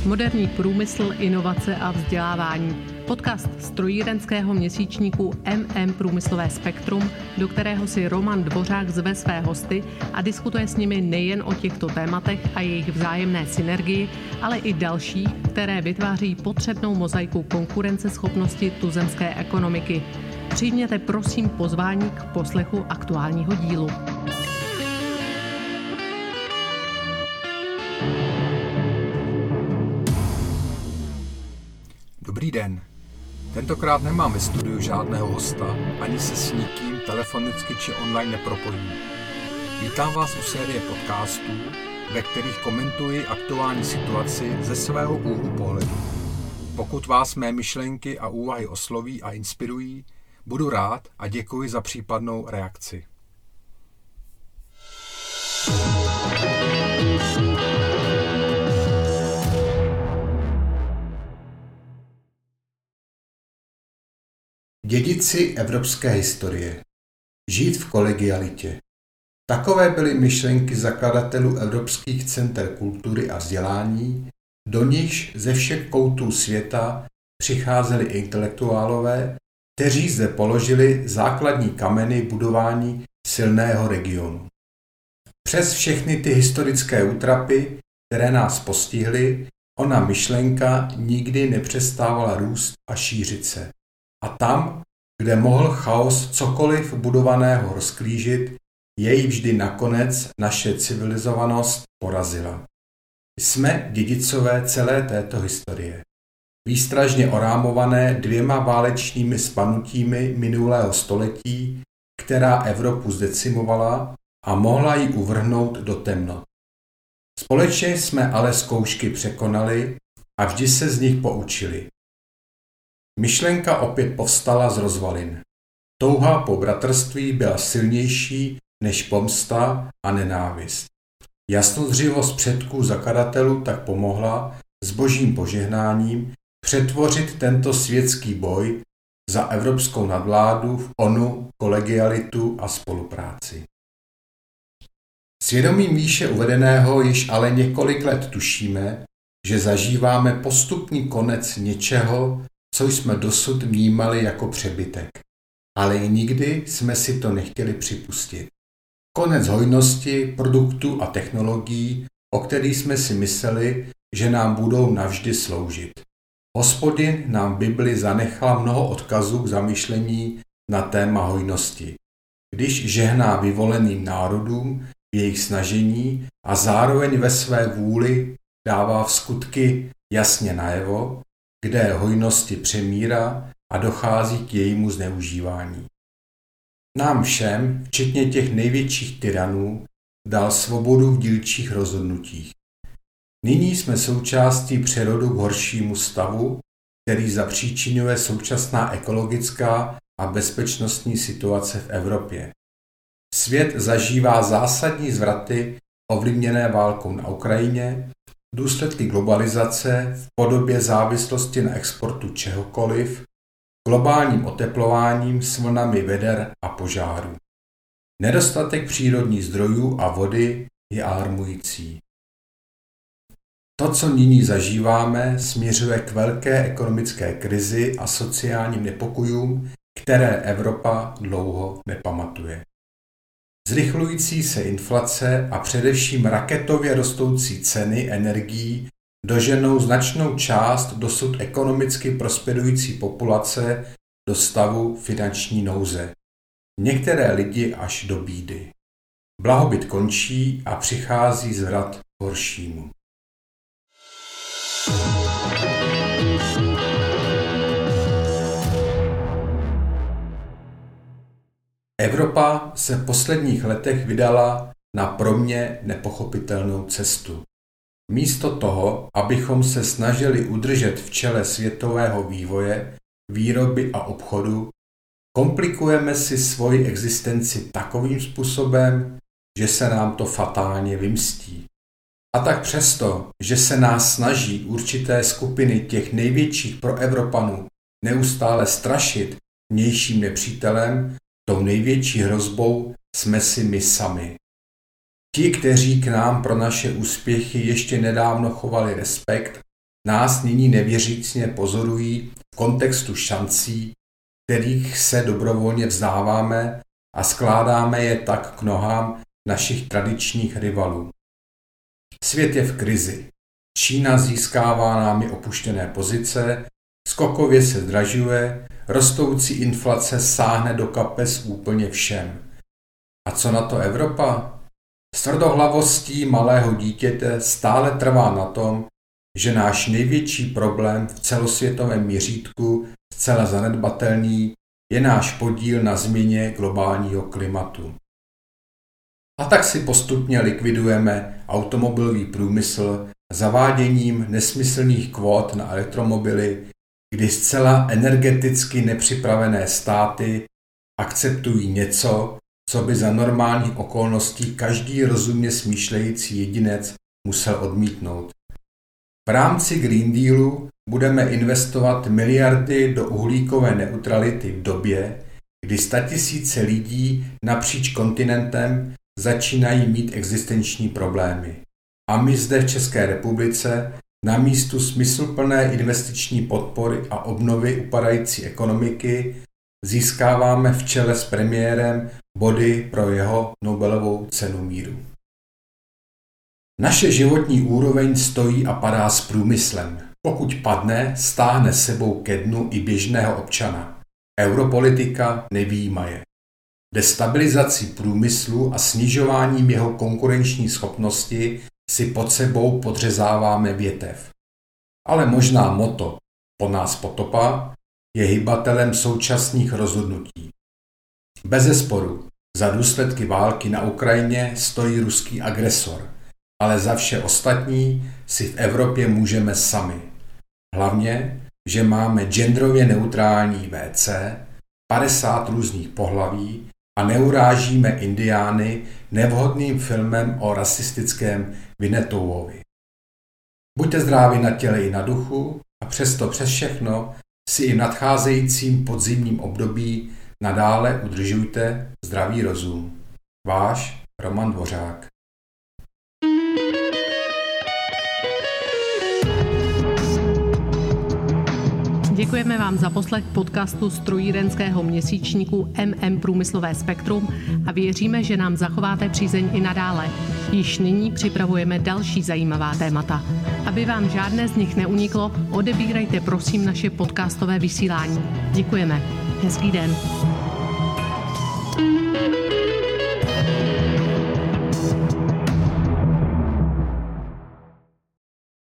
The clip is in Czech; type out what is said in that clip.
Moderní průmysl, inovace a vzdělávání. Podcast strojírenského měsíčníku Průmyslové spektrum, do kterého si Roman Dvořák zve své hosty a diskutuje s nimi nejen o těchto tématech a jejich vzájemné synergii, ale i další, které vytváří potřebnou mozaiku konkurenceschopnosti tuzemské ekonomiky. Přijměte prosím pozvání k poslechu aktuálního dílu. Dobrý den. Tentokrát nemám ve studiu žádného hosta, ani se s nikým telefonicky či online nepropojím. Vítám vás u série podcastů, ve kterých komentuji aktuální situaci ze svého úhlu pohledu. Pokud vás mé myšlenky a úvahy osloví a inspirují, budu rád a děkuji za případnou reakci. Dědici evropské historie. Žít v kolegialitě. Takové byly myšlenky zakladatelů evropských center kultury a vzdělání, do nichž ze všech koutů světa přicházeli intelektuálové, kteří zde položili základní kameny budování silného regionu. Přes všechny ty historické útrapy, které nás postihly, ona myšlenka nikdy nepřestávala růst a šířit se. A tam, kde mohl chaos cokoliv budovaného rozklížit, jej vždy nakonec naše civilizovanost porazila. Jsme dědicové celé této historie. Výstražně orámované 2 válečnými spadnutími minulého století, která Evropu zdecimovala a mohla ji uvrhnout do temnot. Společně jsme ale zkoušky překonali a vždy se z nich poučili. Myšlenka opět povstala z rozvalin. Touha po bratrství byla silnější než pomsta a nenávist. Jasnozřivost předků zakladatelů tak pomohla s božím požehnáním přetvořit tento světský boj za evropskou nadvládu v onu kolegialitu a spolupráci. Svědomím výše uvedeného již ale několik let tušíme, že zažíváme postupný konec něčeho, co jsme dosud vnímali jako přebytek. Ale i nikdy jsme si to nechtěli připustit. Konec hojnosti, produktů a technologií, o kterých jsme si mysleli, že nám budou navždy sloužit. Hospodin nám v Bibli zanechal mnoho odkazů k zamyšlení na téma hojnosti, když žehná vyvoleným národům v jejich snažení a zároveň ve své vůli dává v skutky jasně najevo, kde hojnosti přemírá a dochází k jejímu zneužívání. Nám všem, včetně těch největších tyranů, dal svobodu v dílčích rozhodnutích. Nyní jsme součástí přerodu k horšímu stavu, který zapříčinuje současná ekologická a bezpečnostní situace v Evropě. Svět zažívá zásadní zvraty ovlivněné válkou na Ukrajině, důsledky globalizace v podobě závislosti na exportu čehokoliv, globálním oteplováním s vlnami veder a požárů. Nedostatek přírodních zdrojů a vody je alarmující. To, co nyní zažíváme, směřuje k velké ekonomické krizi a sociálním nepokojům, které Evropa dlouho nepamatuje. Zrychlující se inflace a především raketově rostoucí ceny energií doženou značnou část dosud ekonomicky prosperující populace do stavu finanční nouze. Některé lidi až do bídy. Blahobyt končí a přichází zvrat k horšímu. Evropa se v posledních letech vydala na pro mě nepochopitelnou cestu. Místo toho, abychom se snažili udržet v čele světového vývoje, výroby a obchodu, komplikujeme si svoji existenci takovým způsobem, že se nám to fatálně vymstí. A tak přesto, že se nás snaží určité skupiny těch největších proevropanů neustále strašit vnějším nepřítelem, tou největší hrozbou jsme si my sami. Ti, kteří k nám pro naše úspěchy ještě nedávno chovali respekt, nás nyní nevěřícně pozorují v kontextu šancí, kterých se dobrovolně vzdáváme a skládáme je tak k nohám našich tradičních rivalů. Svět je v krizi. Čína získává námi opuštěné pozice, skokově se zdražuje, rostoucí inflace sáhne do kapes úplně všem. A co na to Evropa? S tvrdohlavostí malého dítěte stále trvá na tom, že náš největší problém v celosvětovém měřítku, zcela zanedbatelný, je náš podíl na změně globálního klimatu. A tak si postupně likvidujeme automobilový průmysl zaváděním nesmyslných kvót na elektromobily, kdy zcela energeticky nepřipravené státy akceptují něco, co by za normálních okolností každý rozumně smýšlející jedinec musel odmítnout. V rámci Green Dealu budeme investovat miliardy do uhlíkové neutrality v době, kdy statisíce lidí napříč kontinentem začínají mít existenční problémy. A my zde v České republice namísto smysluplné investiční podpory a obnovy upadající ekonomiky získáváme v čele s premiérem body pro jeho Nobelovou cenu míru. Naše životní úroveň stojí a padá s průmyslem. Pokud padne, stáhne sebou ke dnu i běžného občana. Europolitika nevyjímaje. Destabilizací průmyslu a snižováním jeho konkurenční schopnosti si pod sebou podřezáváme větev. Ale možná moto po nás potopa je hybatelem současných rozhodnutí. Bezesporu za důsledky války na Ukrajině stojí ruský agresor, ale za vše ostatní si v Evropě můžeme sami. Hlavně, že máme genderově neutrální WC, 50 různých pohlaví a neurážíme indiány nevhodným filmem o rasistickém Winnetouovi. Buďte zdraví na těle i na duchu a přesto přes všechno si i v nadcházejícím podzimním období nadále udržujte zdravý rozum. Váš Roman Dvořák. Děkujeme vám za poslech podcastu strojírenského měsíčníku Průmyslové spektrum a věříme, že nám zachováte přízeň i nadále. Již nyní připravujeme další zajímavá témata. Aby vám žádné z nich neuniklo, odebírejte prosím naše podcastové vysílání. Děkujeme. Hezký den.